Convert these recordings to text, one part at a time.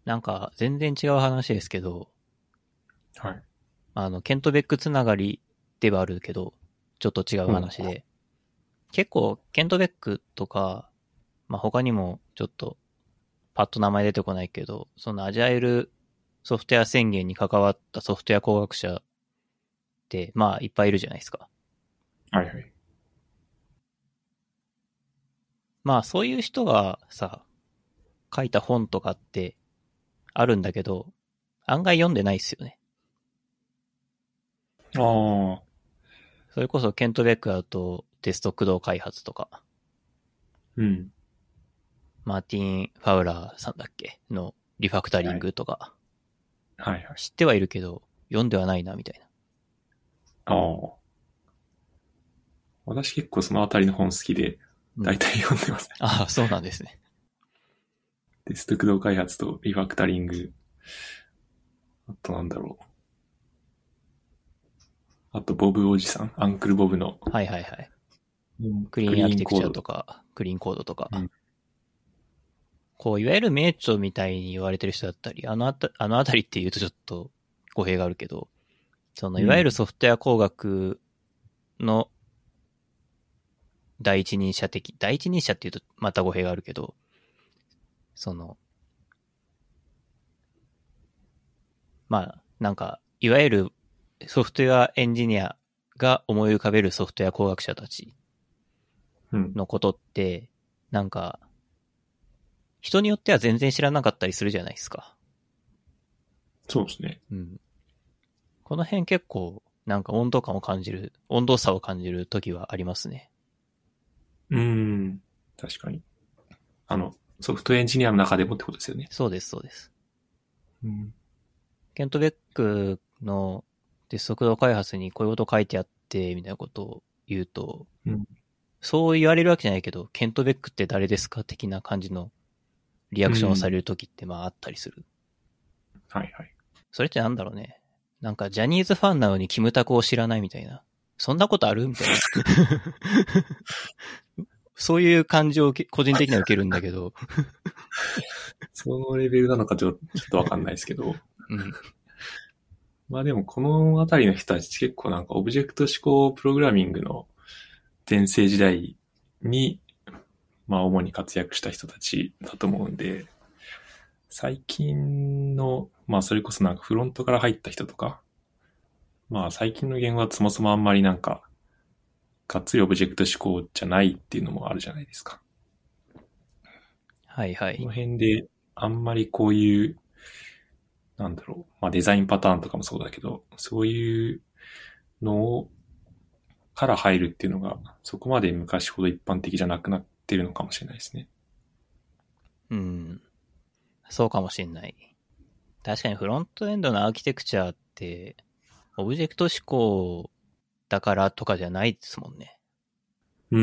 なんか全然違う話ですけど、 はい。 ケントベックつながりではあるけど、ちょっと違ううん。 話で、結構ケントベックとか、まあ、他にもちょっとパッと名前出てこないけど、そのアジャイルソフトウェア宣言に関わったソフトウェア工学者って、まあいっぱいいるじゃないですか。 はいはい。 まあそういう人がさ、書いた本とかってあるんだけど、案外読んでないっすよね。 ああ、 それこそケントベックだとテスト駆動開発とか、 うん。 マーティン・ファウラーさんだっけのリファクタリンはい。 グとか、 はいはい。 知ってはいるけど、読んではないな、みたいな。 ああ。私結構そのあたりの本好きで、 うん。 大体読んでますね。 ああ、そうなんですね。 テスト駆動開発とリファクタリング。あとなんだろう。あとボブおじさん。アンクルボブのはいはいはい。クリクーンアーキテクチャリーンコード。 とか、クリーンコードとか、 うん。 こう、いわゆる名著みたいに言われてる人だったり、あのあたりって言うとちょっと語弊があるけど、その、いわゆるうん。 ソフトウェア工学の第一人者って言うとまた語弊があるけど、その、まあ、なんか、いわゆるソフトウェアエンジニアが思い浮かべるソフトウェア工学者たちうん。 のことって、なんか、人によっては全然知らなかったりするじゃないですか。 そうですね。 うん。この辺結構、なんか温度差を感じる時はありますね。 うん。確かに。ソフトエンジニアの中でもってことですよね。 そうです、そうです。 うん。 ケントベックの鉄則度開発にこういうこと書いてあって、みたいなことを言うと、 うん。 そう言われるわけじゃないけど、ケントベックって誰ですか的な感じのリアうクションをされん。 る時ってまああったりする。 はいはい。 それってなんだろうね。なんかジャニーズファンなのにキムタクを知らないみたいな。そんなことあるみたいな。そういう感じを個人的には受けるんだけど。 そのレベルなのかちょっとわかんないですけど。 うん。 まあでもこのあたりの人たち結構なんかオブジェクト思考プログラミングの全盛時代に、まあ主に活躍した人たちだと思うんで、最近の、まあそれこそなんかフロントから入った人とか、まあ最近の言語はそもそもあんまりなんか、がっつりオブジェクト思考じゃないっていうのもあるじゃないですか。 はいはい。 この辺であんまりこういう、なんだろう、まあデザインパターンとかもそうだけど、そういうのをから入るっていうのが、そこまで昔ほど一般的じゃなくなってるのかもしれないですね。 うん。そうかもしんない。確かにフロントエンドのアーキテクチャって、オブジェクト思考だからとかじゃないですもんね。 うん。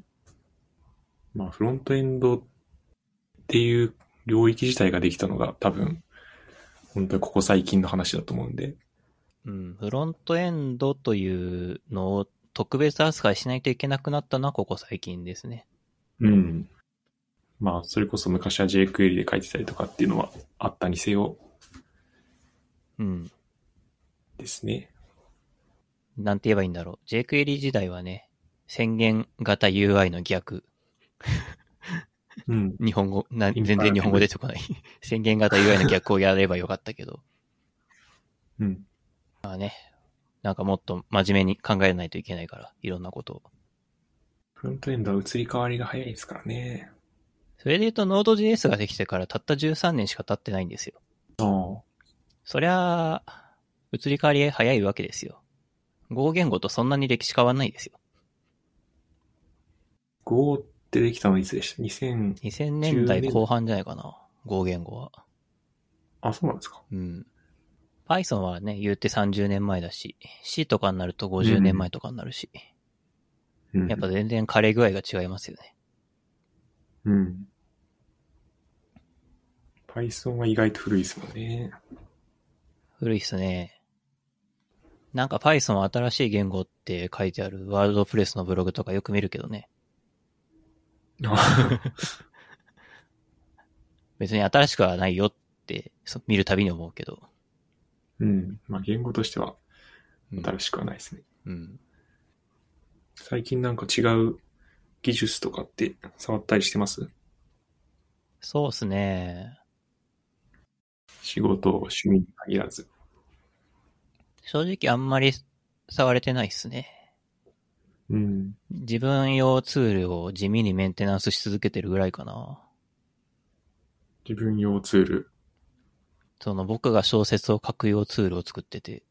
まあフロントエンドっていう領域自体ができたのが多分、本当にここ最近の話だと思うんで。 うん。フロントエンドというのを特別扱いしないといけなくなったのはここ最近ですね。 うん。まあ、それこそ昔は JQuery で書いてたりとかっていうのはあったにせようん。 ですね。 なんて言えばいいんだろう。jQuery 時代はね、宣言型 UI の逆。 うん。 日本語、 イン全然日パラティブ。 本語出てこない。宣言型 UI の逆をやればよかったけど。 うん。 まあね、なんかもっと真面目に考えないといけないから、いろんなことを。 フロントエンドは移り変わりが早いですからね。 それで言うと Node.js ができてからたった13年しか経ってないんですよ。 ああ。 そりゃあ、移り変わり早いわけですよ。Go 言語とそんなに歴史変わんないですよ。 Go ってできたのいつでした？ 2000年 2010 年代。 代後半じゃないかな。Go 言語は。 あ、そうなんですか。 うん。Python はね、言うて30年前だし、C とかになると50年うん。 前とかになるし、やっぱうん。 全然枯れ具合が違いますよね。 うん。Python は意外と古いですもんね。 古いっすね。なんか Python は新しい言語って書いてあるワードプレスのブログとかよく見るけどね。 あ別に新しくはないよっって見るたびに思うけど。 うん。まあ言語としては新しくはないですね。 うん。 最近なんか違う技術とかって触ったりしてます？ そうですね。 仕事、趣味に限らず。 正直あんまり触れてないっすね。 うん。 自分用ツールを地味にメンテナンスし続けてるぐらいかな。 自分用ツール。 その僕が小説を書く用ツールを作ってて。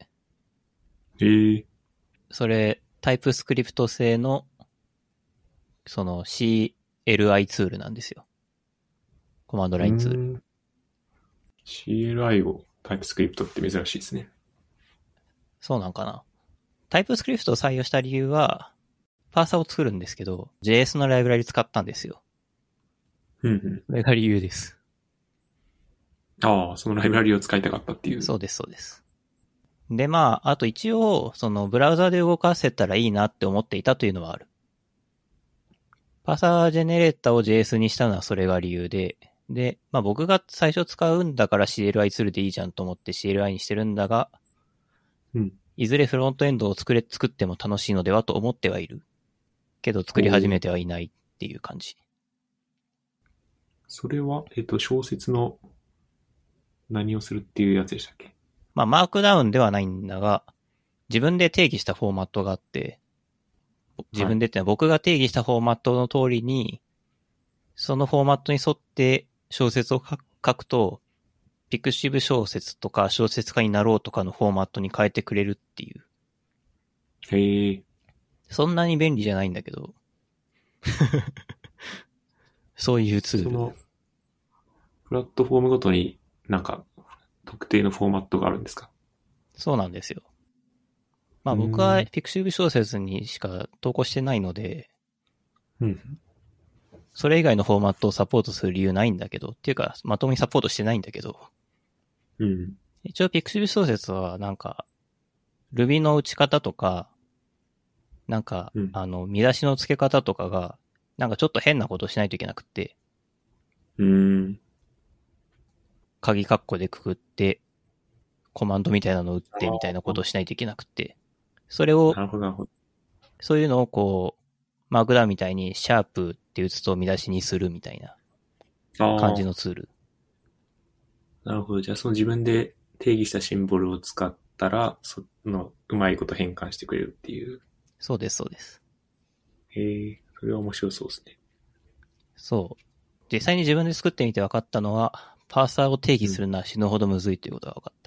それ、タイプスクリプト製の、その CLI ツールなんですよ。コマンドラインツール。 CLI をタイプスクリプトって珍しいですね。 そうなんかな。タイプスクリプトを採用した理由は、パーサーを作るんですけど、JS のライブラリ使ったんですよ。それが理由です。 ああ、そのライブラリを使いたかったっていう。 そうです、そうです。で、まあ、あと一応、そのブラウザで動かせたらいいなって思っていたというのはある。パーサージェネレーターを JS にしたのはそれが理由で、で、まあ僕が最初使うんだから CLI ツールでいいじゃんと思って CLI にしてるんだが、いずれフロントエンドを作っても楽しいのではと思ってはいる。けど作り始めてはいないっていう感じ。 それは、小説の何をするっていうやつでしたっけ？ まあマークダウンではないんだが、自分で定義したフォーマットがあって、自分でってのは僕が定義したフォーマットの通りに、そのフォーマットに沿って小説を書くと、ピクシブ小説とか小説家になろうとかのフォーマットに変えてくれるっていう。 へえ。 そんなに便利じゃないんだけど。そういうツール。 その、プラットフォームごとになんか特定のフォーマットがあるんですか？ そうなんですよ。まあ僕はピクシブ小説にしか投稿してないので、それ以外のフォーマットをサポートする理由ないんだけど、っていうかまともにサポートしてないんだけど、一応ピクシブ小説はなんか、Ruby の打ち方とか、なんか、見出しの付け方とかが、なんかちょっと変なことをしないといけなくって、鍵括弧でくくって、コマンドみたいなのを打ってみたいなことをしないといけなくって、それを、そういうのをこう、マークダウンみたいにシャープって打つと見出しにするみたいな感じのツール。 なるほど。じゃあその自分で定義したシンボルを使ったら、そのうまいこと変換してくれるっていう。 そうです、そうです。 へえ、それは面白そうですね。 そう。実際に自分で作ってみて分かったのは、パーサーを定義するのは死ぬほどむずいということが分かった。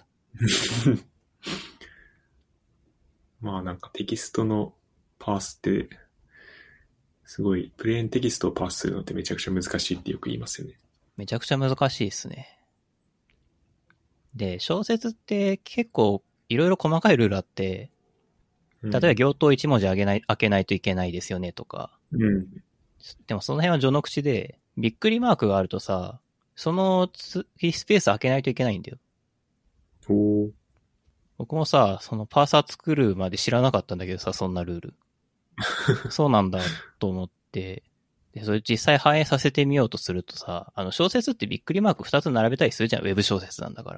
まあなんかテキストのパースって、すごい、プレーンテキストをパースするのってめちゃくちゃ難しいってよく言いますよね。 めちゃくちゃ難しいですね。で、小説って結構いろいろ細かいルールあって、例えば行頭1文字開けないといけないですよねとか。でもその辺は序の口で、びっくりマークがあるとさ、そのスペース開けないといけないんだよ。僕もさ、そのパーサー作るまで知らなかったんだけどさ、そんなルール。そうなんだと思って、で、それ実際反映させてみようとするとさ、小説ってびっくりマーク2つ並べたりするじゃん、ウェブ小説なんだから。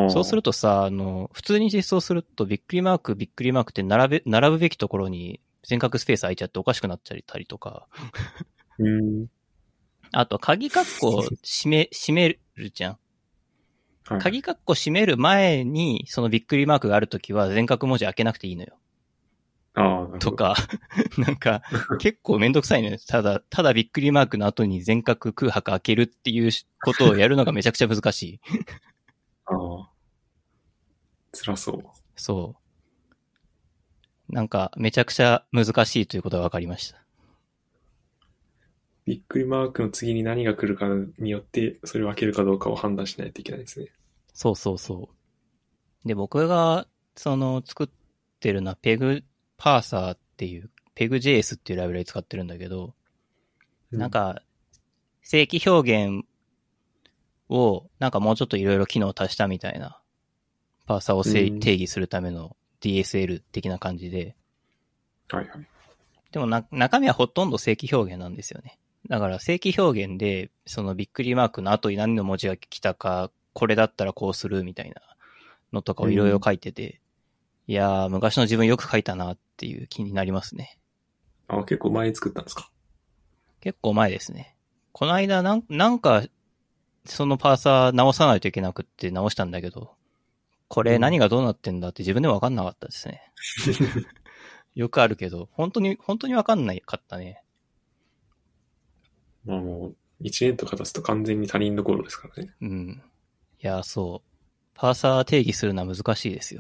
そうするとさ、普通に実装するとびっくりマークって並ぶべきところに全角スペース空いちゃっておかしくなっちゃったりとか。あと、鍵括弧閉めるじゃん。鍵括弧閉める前に、そのびっくりマークがあるときは全角文字開けなくていいのよ。とか、なんか、結構めんどくさいのよ。ただびっくりマークの後に全角空白開けるっていうことをやるのがめちゃくちゃ難しい。 辛そう。 そう。なんか、めちゃくちゃ難しいということが分かりました。 びっくりマークの次に何が来るかによって、それを開けるかどうかを判断しないといけないですね。 そうそうそう。で、僕が、作ってるのはペグパーサーっていう、ペグ JS っていうライブラリ使ってるんだけど、なんか、正規表現を、なんかもうちょっといろいろ機能を足したみたいな、パーサーを定義するための DSL 的な感じで。 はいはい。 でも中身はほとんど正規表現なんですよね。 だから正規表現で、そのびっくりマークの後に何の文字が来たか、これだったらこうするみたいなのとかをいろいろ書いてて、いやー、昔の自分よく書いたなっていう気になりますね。 あ、結構前に作ったんですか？ 結構前ですね。この間なんか、そのパーサー直さないといけなくって直したんだけど、これ何がどうなってんだって自分でもわかんなかったですね。よくあるけど、本当にわかんないかったね。 まあもう、1年とか経つと完全に他人の頃ですからね。 うん。いや、そう。パーサー定義するのは難しいですよ。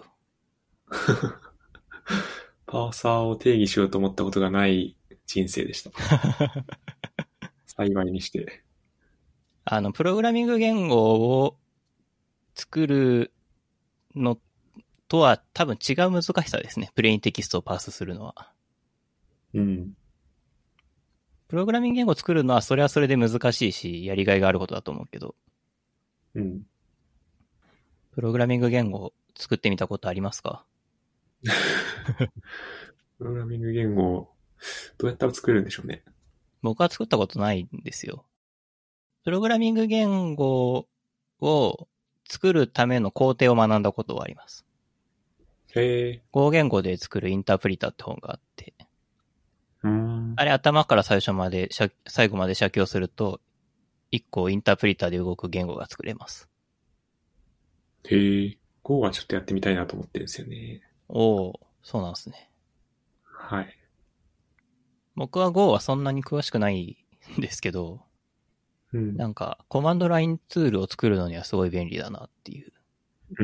パーサーを定義しようと思ったことがない人生でした。幸いにして。 プログラミング言語を作るのとは多分違う難しさですね。プレインテキストをパースするのは。 うん。 プログラミング言語を作るのはそれはそれで難しいし、やりがいがあることだと思うけど、 うん。 プログラミング言語を作ってみたことありますか？ プログラミング言語をどうやったら作れるんでしょうね。 僕は作ったことないんですよ。プログラミング言語を作るための工程を学んだことはあります。 へえ。 Go 言語で作るインタープリターって本があって、 あれ頭から最後まで写経すると、一個インタープリターで動く言語が作れます。 へえ。Go はちょっとやってみたいなと思ってるんですよね。 おー、そうなんですね。 はい。 僕は Go はそんなに詳しくないんですけど、 うん。 なんかコマンドラインツールを作るのにはすごい便利だなっていううん。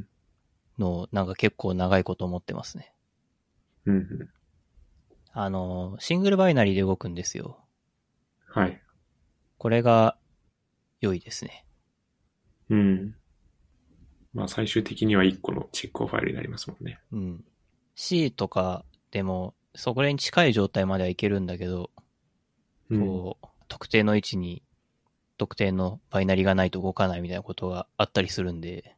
のをなんか結構長いこと思ってますね。 うん。 シングルバイナリーで動くんですよ。 はい。 これが良いですね。 うん。まあ最終的には1個のチェックファイルになりますもんね。 うん。C とかでも、そこに近い状態まではいけるんだけど、 うん。 こう、特定の位置に特定のバイナリがないと動かないみたいなことがあったりするんで、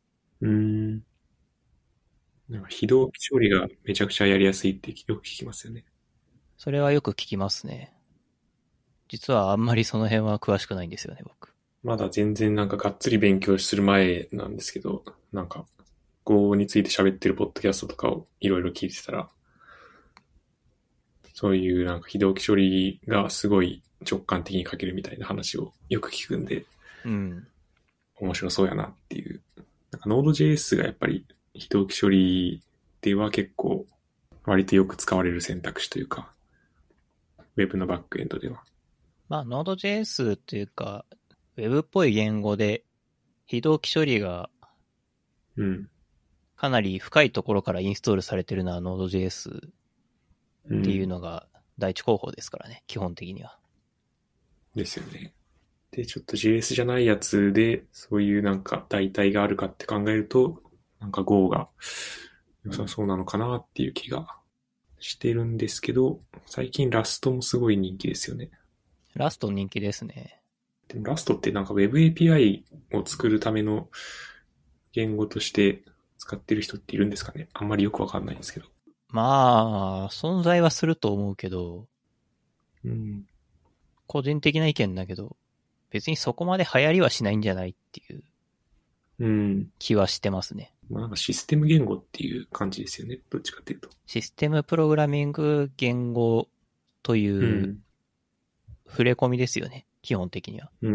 なんか非同期処理がめちゃくちゃやりやすいってよく聞きますよね。 それはよく聞きますね。実はあんまりその辺は詳しくないんですよね、僕。 まだ全然なんかがっつり勉強する前なんですけど、なんか Go について喋ってるポッドキャストとかをいろいろ聞いてたら、そういうなんか非同期処理がすごい直感的に書けるみたいな話をよく聞くんで、 うん。 面白そうやなっていう。なんか Node.js がやっぱり非同期処理では結構割とよく使われる選択肢というか、Web のバックエンドでは。 まあ、Node.js っていうか、Web っぽい言語で、非同期処理がうん。 かなり深いところからインストールされてるのは Node.js っていうのが第一候補ですからね、基本的には。 ですよね。で、ちょっと JS じゃないやつで、そういうなんか代替があるかって考えると、なんか Go が良さそうなのかなっていう気がしてるんですけど、最近ラストもすごい人気ですよね。 ラスト人気ですね。 でもラストってなんか Web API を作るための言語として使ってる人っているんですかね？あんまりよくわかんないんですけど。 まあ、存在はすると思うけど、 うん。 個人的な意見だけど、別にそこまで流行りはしないんじゃないっていううん。 気はしてますね。 まあなんかシステム言語っていう感じですよね。どっちかっていうと。 システムプログラミング言語とういうん。 触れ込みですよね。基本的には。 うん。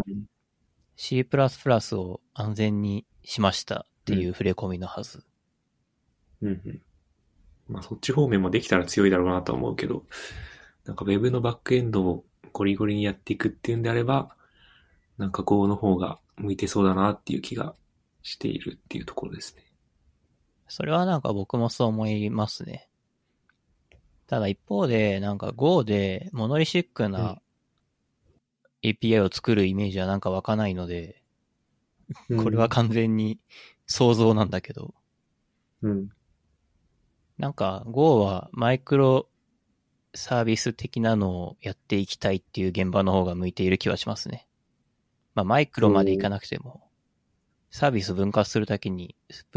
C++ を安全にしましたっていう触れ込みのはず。 うん。うん。まあそっち方面もできたら強いだろうなとは思うけど、なんか Web のバックエンドをゴリゴリにやっていくっていうんであれば、なんか Go の方が向いてそうだなっていう気がしているっていうところですね。 それはなんか僕もそう思いますね。ただ一方で、なんか Go でモノリシックな API を作るイメージはなんか湧かないので、これは完全に想像なんだけど、 うん。 なんか Go はマイクロサービス的なのをやっていきたいっていう現場の方が向いている気はしますね。まあマイクロまでいかなくても、サービス分割するときに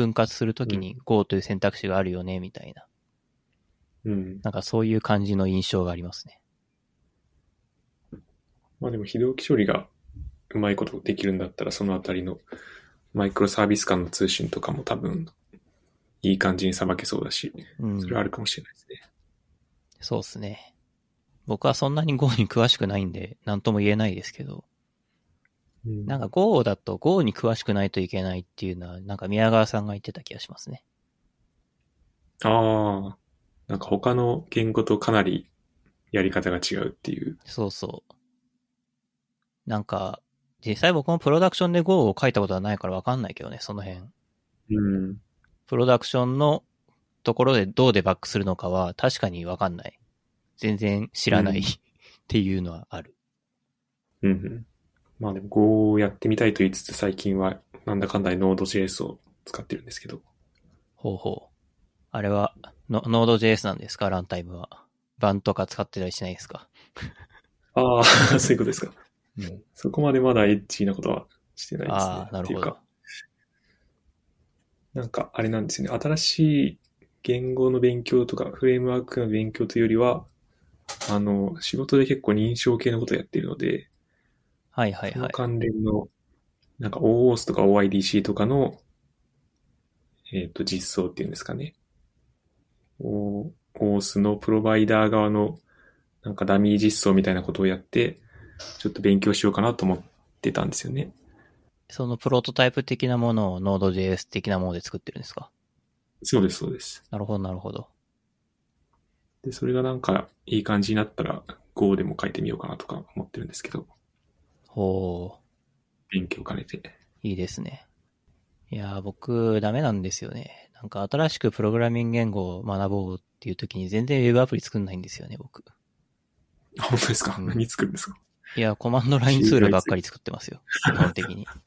Go という選択肢があるよね、みたいな。 うん。 なんかそういう感じの印象がありますね。 まあでも非同期処理がうまいことできるんだったら、そのあたりのマイクロサービス間の通信とかも多分いい感じにさばけそうだし、それはあるかもしれないですね。 そうですね。僕はそんなに Go に詳しくないんで、なんとも言えないですけど、なんか Go だと Go に詳しくないといけないっていうのは、なんか宮川さんが言ってた気がしますね。 ああ、なんか他の言語とかなりやり方が違うっていう。 そうそう。なんか、実際僕もプロダクションで Go を書いたことはないからわかんないけどね、その辺。 うん。 プロダクションのところでどうデバッグするのかは確かにわかんない。全然知らない、っていうのはある。 うん。まあでも Go をやってみたいと言いつつ最近はなんだかんだで Node.js を使ってるんですけど。 ほうほう。あれは、Node.js なんですか、ランタイムは。バンとか使ってたりしないですか？ ああ、そういうことですか。 うん。 そこまでまだエッジーなことはしてないですね。 ああ、なるほど。 っていうか、なんかあれなんですよね。新しい言語の勉強とかフレームワークの勉強というよりは、仕事で結構認証系のことをやっているので、 はいはいはい。 その関連の、なんか OAuth とか OIDC とかの、実装っていうんですかね。OAuth のプロバイダー側のなんかダミー実装みたいなことをやって、ちょっと勉強しようかなと思ってたんですよね。 そのプロトタイプ的なものを Node.js 的なもので作ってるんですか？ そうです、そうです。 なるほどなるほど。 で、それがなんかいい感じになったら Go でも書いてみようかなとか思ってるんですけど、 ほ勉強兼ねて。 う、いいですね。いやー、僕、ダメなんですよね。なんか新しくプログラミング言語を学ぼうっていう時に全然ウェブアプリ作んないんですよね、僕。 あ、本当ですか？ うん。 何作るんですか？ いや、コマンドラインツール CLI ついばっかり作ってますよ。基本的に。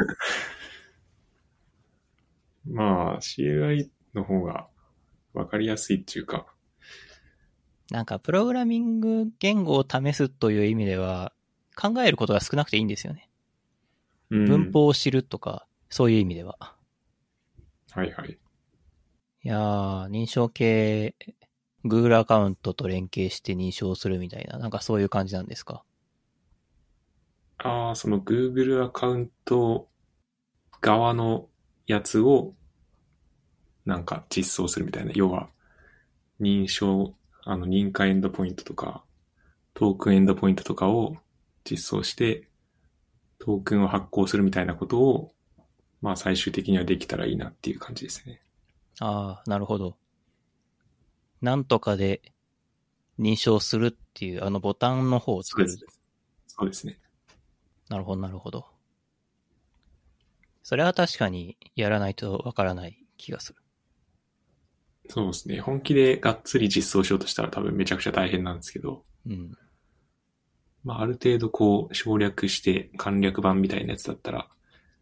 まあ、CLI の方がわかりやすいっていうか、 なんか、プログラミング言語を試すという意味では、考えることが少なくていいんですよね。文うん。 法を知るとか、そういう意味では。 はいはい。 いやー、認証系、Google アカウントと連携して認証するみたいな、なんかそういう感じなんですか？ ああ、その Google アカウント側のやつをなんか実装するみたいな。要は、認証、認可エンドポイントとか、トークンエンドポイントとかを実装して、トークンを発行するみたいなことを、まあ最終的にはできたらいいなっていう感じですね。 あー、なるほど。なんとかで認証するっていう、あのボタンの方をそうです。 作る。 そうですね。 なるほど、なるほど。それは確かにやらないとわからない気がする。 そうですね。本気でがっつり実装しようとしたら多分めちゃくちゃ大変なんですけど、 うん。 まあある程度こう省略して簡略版みたいなやつだったら、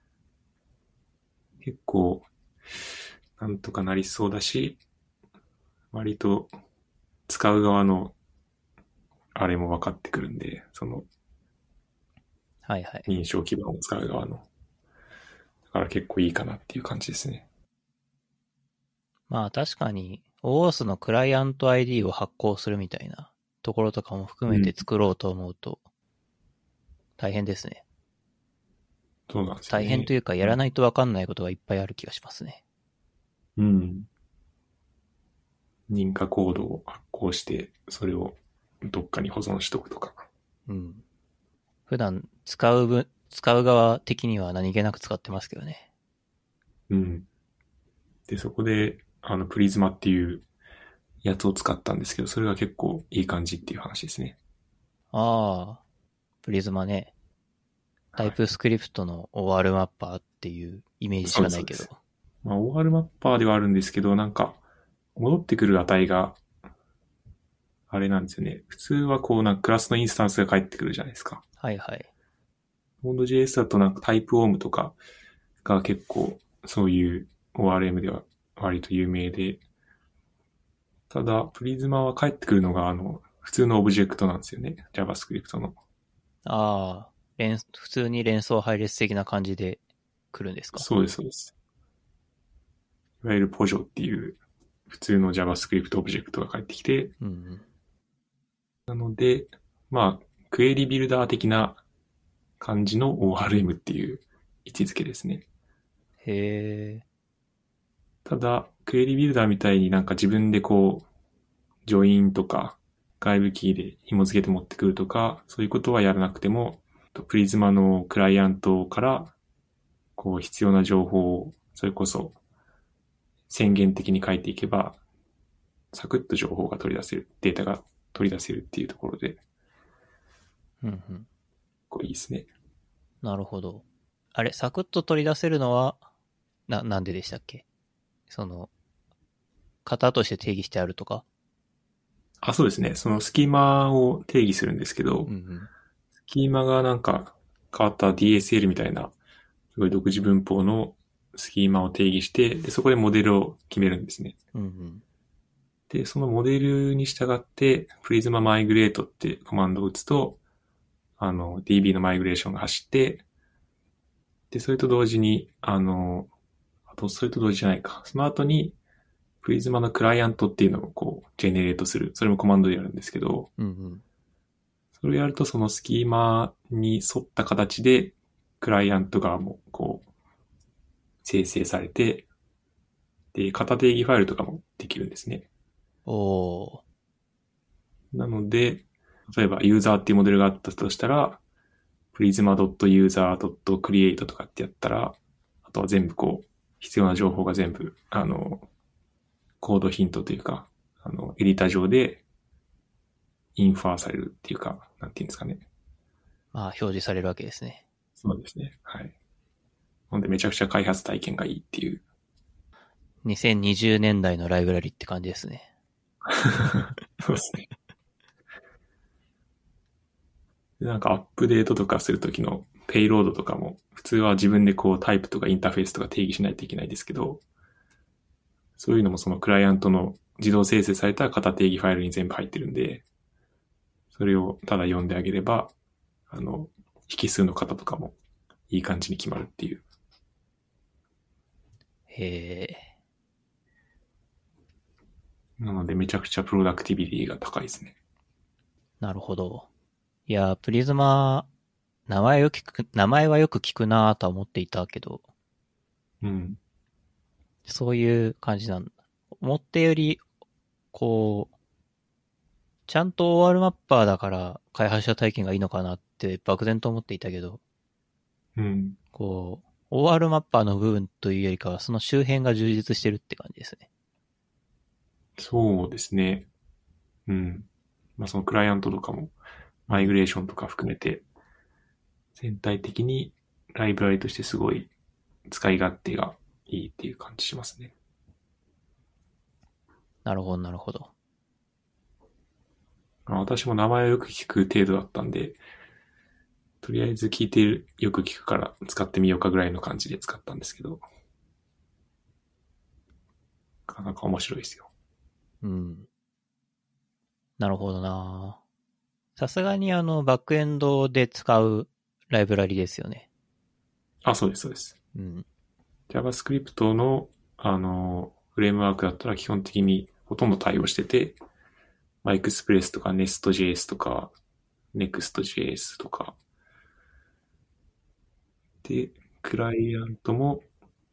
結構なんとかなりそうだし、割と使う側のあれも分かってくるんで、そのはいはい。 認証基盤を使う側の。だから結構いいかなっていう感じですね。 まあ確かに OAuth のクライアント ID を発行するみたいなところとかも含めてうん。 作ろうと思うと大変ですね。 そうなんですよ大変とね。 いうかやらないとわかんないことがいっぱいある気がしますね。 うん。認可コードを発行して、それをどっかに保存しとくとか。 うん。普段使う側的には何気なく使ってますけどね。 うん。で、そこで、プリズマっていうやつを使ったんですけど、それが結構いい感じっていう話ですね。 ああ、プリズマね。タイはい。 プスクリプトの OR マッパーっていうイメージしそうです、 かないけど。 そうです。まあ、OR マッパーではあるんですけど、なんか、戻ってくる値が、あれなんですよね。普通はこう、なんかクラスのインスタンスが返ってくるじゃないですか。 はいはい。 Node.js だとなんかタイプオームとかが結構、そういう ORM では割と有名で、ただ、プリズマは返ってくるのが、普通のオブジェクトなんですよね。JavaScript の。 ああ、普通に連想配列的な感じで来るんですか？ そうです、そうです。いわゆるポジョっていう普通の JavaScript オブジェクトが返ってきて、 うんうん。 なので、まあ、 クエリビルダー的な感じの ORM っていう位置づけですね。 へえ。 ただ、クエリビルダーみたいになんか自分でこう、ジョインとか外部キーで紐付けて持ってくるとか、そういうことはやらなくても、プリズマのクライアントからこう必要な情報をそれこそ宣言的に書いていけば、サクッと情報が取り出せる、データが取り出せるっていうところで、 うんうん。 こういいですね。 なるほど。あれ、サクッと取り出せるのは、なんででしたっけ？その、型として定義してあるとか？ あ、そうですね。そのスキーマを定義するんですけど、 うんうん。 スキーマがなんか変わった DSL みたいな、すごい独自文法のスキーマを定義して、で、そこでモデルを決めるんですね。 うんうん。 で、そのモデルに従って、プリズママイグレートってコマンドを打つと、DB のマイグレーションが走って、で、それと同時に、それと同時じゃないか。その後に、プリズマのクライアントっていうのをこう、ジェネレートする。それもコマンドでやるんですけど、 うんうん。 それをやるとそのスキーマに沿った形で、クライアント側もこう、生成されて、で、型定義ファイルとかもできるんですね。 おー。 なので、例えばユーザーっていうモデルがあったとしたら、prisma.user.create とかってやったら、あとは全部こう、必要な情報が全部、コードヒントというか、エディタ上でインファーされるっていうか、なんていうんですかね。 まあ、表示されるわけですね。 そうですね。はい。なのでめちゃくちゃ開発体験がいいっていう。 2020年代のライブラリって感じですね。 そうですね。でなんかアップデートとかするときのペイロードとかも、普通は自分でこうタイプとかインターフェースとか定義しないといけないですけど、そういうのもそのクライアントの自動生成された型定義ファイルに全部入ってるんで、それをただ読んであげれば、引数の型とかもいい感じに決まるっていう。 へえ。 なのでめちゃくちゃプロダクティビティが高いですね。 なるほど。いや、プリズマ、名前はよく聞くなぁとは思っていたけど、 うん。 そういう感じなんだ。思ったより、こう、ちゃんと OR マッパーだから開発者体験がいいのかなって漠然と思っていたけど、 うん。 こう、OR マッパーの部分というよりかは、その周辺が充実してるって感じですね。 そうですね。うん。まあそのクライアントとかも、 うん。 マイグレーションとか含めて、全体的にライブラリとしてすごい使い勝手がいいっていう感じしますね。 なるほど、なるほど。 私も名前をよく聞く程度だったんで、とりあえず聞いてる、よく聞くから使ってみようかぐらいの感じで使ったんですけど、なかなか面白いですよ。 うん。なるほどな。さすがにバックエンドで使うライブラリですよね。 あ、そうです、そうです。 うん。 JavaScript の、フレームワークだったら基本的にほとんど対応してて、まあ、Express とか Nest.js とか Next.js とか、で、クライアントも、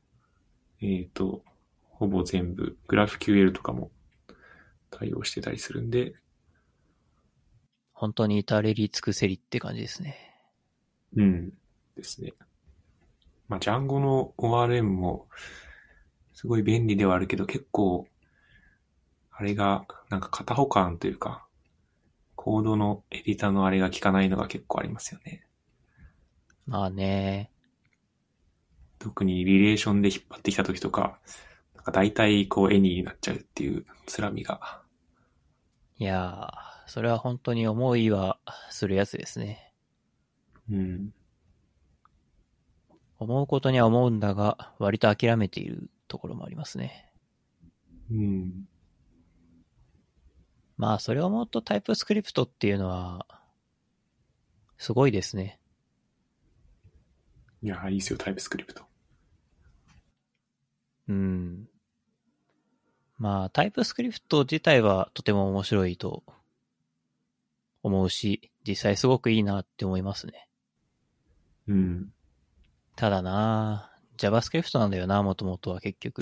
ほぼ全部、GraphQL とかも対応してたりするんで、 本当に至れり尽くせりって感じですね。 うん、ですね。まあ、Django の ORM もすごい便利ではあるけど、結構、あれが、なんか型保管というか、コードのエディターのあれが効かないのが結構ありますよね。 まあね。 特にリレーションで引っ張ってきた時とか、なんか大体こう絵になっちゃうっていう辛みが。 いやー、それは本当に思いはするやつですね。 うん。 思うことには思うんだが、割と諦めているところもありますね。 うん。 まあ、それを思うとタイプスクリプトっていうのは、すごいですね。 いや、いいですよ、タイプスクリプト。 うん。まあ、タイプスクリプト自体はとても面白いと思うし、実際すごくいいなって思いますね。 うん。 ただなぁ、JavaScript なんだよな、もともとは結局。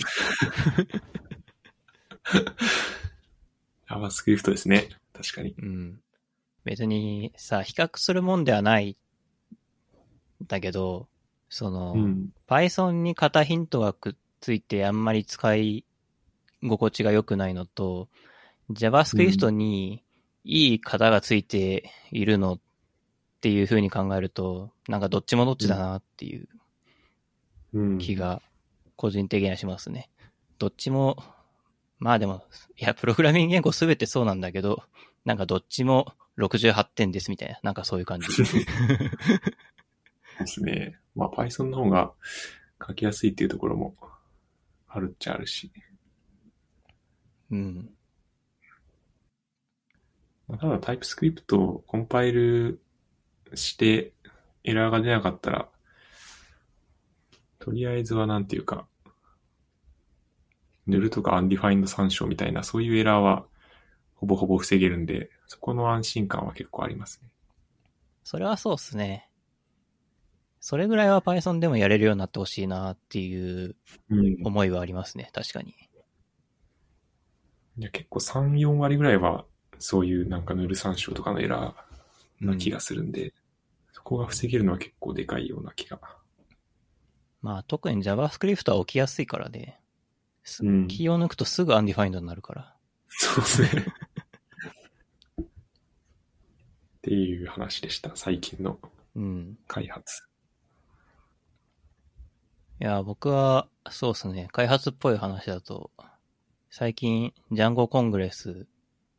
JavaScript ですね。確かに。 うん。別にさ、比較するもんではないんだけど、Python に型ヒントがくっついてあんまり使い心地が良くないのと、JavaScript にいい型がついているのっていう風に考えると、なんかどっちもどっちだなっていう気が個人的にはしますね。どっちも、まあでも、いや、プログラミング言語すべてそうなんだけど、なんかどっちも68点ですみたいな、なんかそういう感じ。 ですね。まあ Python の方が書きやすいっていうところもあるっちゃあるし。 うん。 ただタイプスクリプトをコンパイルしてエラーが出なかったら、とりあえずはなんていうか、ヌルとかアンディファインド参照みたいなそういうエラーはほぼほぼ防げるんで、そこの安心感は結構ありますね。 それはそうっすね。それぐらいは Python でもやれるようになってほしいなっていう思いはありますね、確かに。 いや結構3、4割ぐらいはそういうなんかヌル参照とかのエラーな気がするんで、そこが防げるのは結構でかいような気が。 まあ特に JavaScript は起きやすいからね。キーを抜くとすぐアンディファインドになるから。 そうですね。っていう話でした、最近の開発。 いや、僕は、そうですね、開発っぽい話だと、最近、ジャンゴコングレス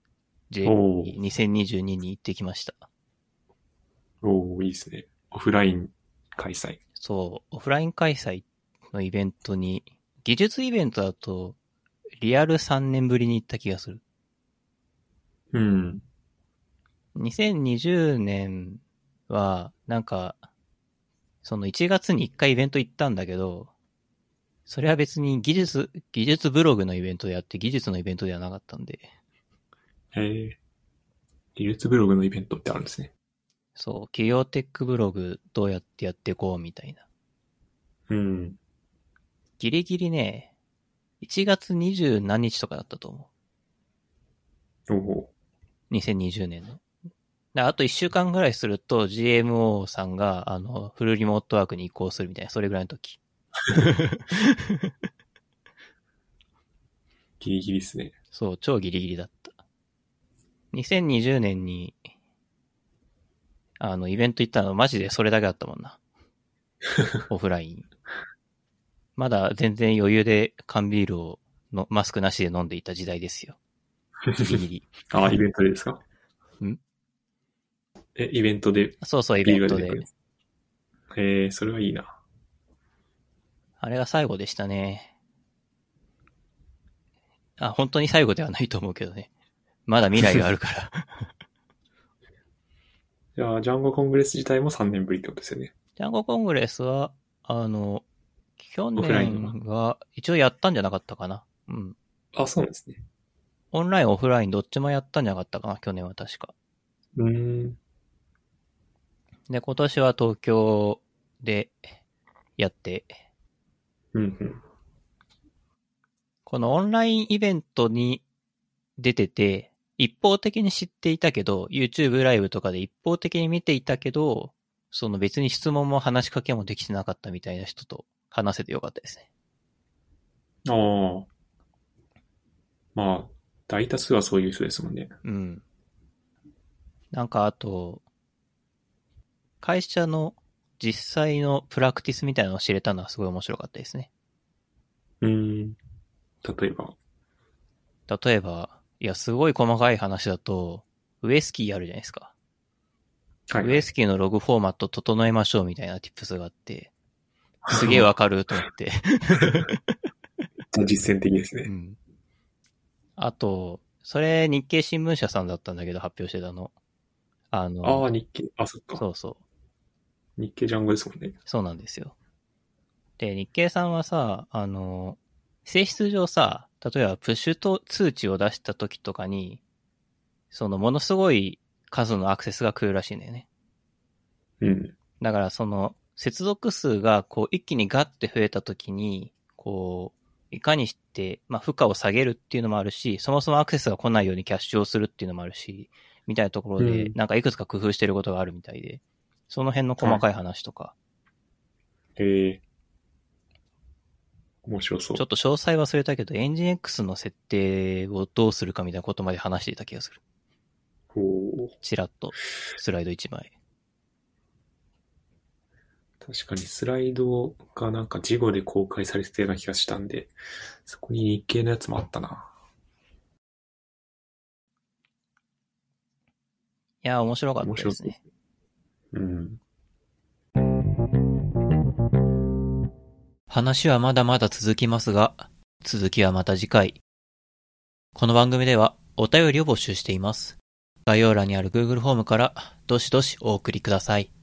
JP2022 に行ってきました。 おー、いいですね。オフライン開催。 そう、オフライン開催のイベントに、技術イベントだと、リアル3年ぶりに行った気がする。2020年は、なんか、その1月に1回イベント行ったんだけど、それは別に技術ブログのイベントであって技術のイベントではなかったんで。 技術ブログのイベントってあるんですね。 そう、企業テックブログどうやってやっていこうみたいな。ギリギリね、1月20何日とかだったと思う。2020年の。あと1週間ぐらいすると GMO さんがフルリモートワークに移行するみたいな、それぐらいの時。 ギリギリですね。 そう、超ギリギリだった。2020年にイベント行ったのマジでそれだけだったもんな。オフライン。まだ全然余裕で缶ビールをマスクなしで飲んでいた時代ですよ。ギリギリ。 あ、イベントでですか？イベントで。 そうそう、イベントで。 それはいいな。 あれが最後でしたね。本当に最後ではないと思うけどね。まだ未来があるから。 じゃあ、ジャンゴコングレス自体も3年ぶりってことですよね。 ジャンゴコングレスは、去年が一応やったんじゃなかったかな。 あ、そうなんですね。 オンライン、オフラインどっちもやったんじゃなかったかな、去年は確か。で、今年は東京でやって、このオンラインイベントに出てて、一方的に知っていたけど、YouTube ライブとかで一方的に見ていたけど、その別に質問も話しかけもできてなかったみたいな人と話せてよかったですね。 まあ、大多数はそういう人ですもんね。 なんかあと、会社の実際のプラクティスみたいなのを知れたのはすごい面白かったですね。 例えば、いや、すごい細かい話だと、ウエスキーあるじゃないですか。ウエスキーのログフォーマット整えましょうみたいな tips があって、すげえわかると思って。 実践的ですね。 あと、それ日経新聞社さんだったんだけど発表してたの。 日経。そっか。 そうそう。 日経ジャンゴですもんね。 そうなんですよ。で、日経さんはさ、性質上さ、例えばプッシュと通知を出した時とかに、ものすごい数のアクセスが来るらしいんだよね。 うん。 だからその接続数がこう一気にガッて増えたときに、こう、いかにして、まあ負荷を下げるっていうのもあるし、そもそもアクセスが来ないようにキャッシュをするっていうのもあるし、みたいなところで、なんかいくつか工夫してることがあるみたいで、その辺の細かい話とか、 面白そう。 ちょっと詳細忘れたけど、エンジン X の設定をどうするかみたいなことまで話していた気がする。ちらっと、スライド1枚。 確かにスライドがなんか事後で公開されてたような気がしたんで、そこに日経のやつもあったな。 いや、面白かったですね。 うん。 話はまだまだ続きますが、続きはまた次回。この番組ではお便りを募集しています。概要欄にある Google フォームからどしどしお送りください。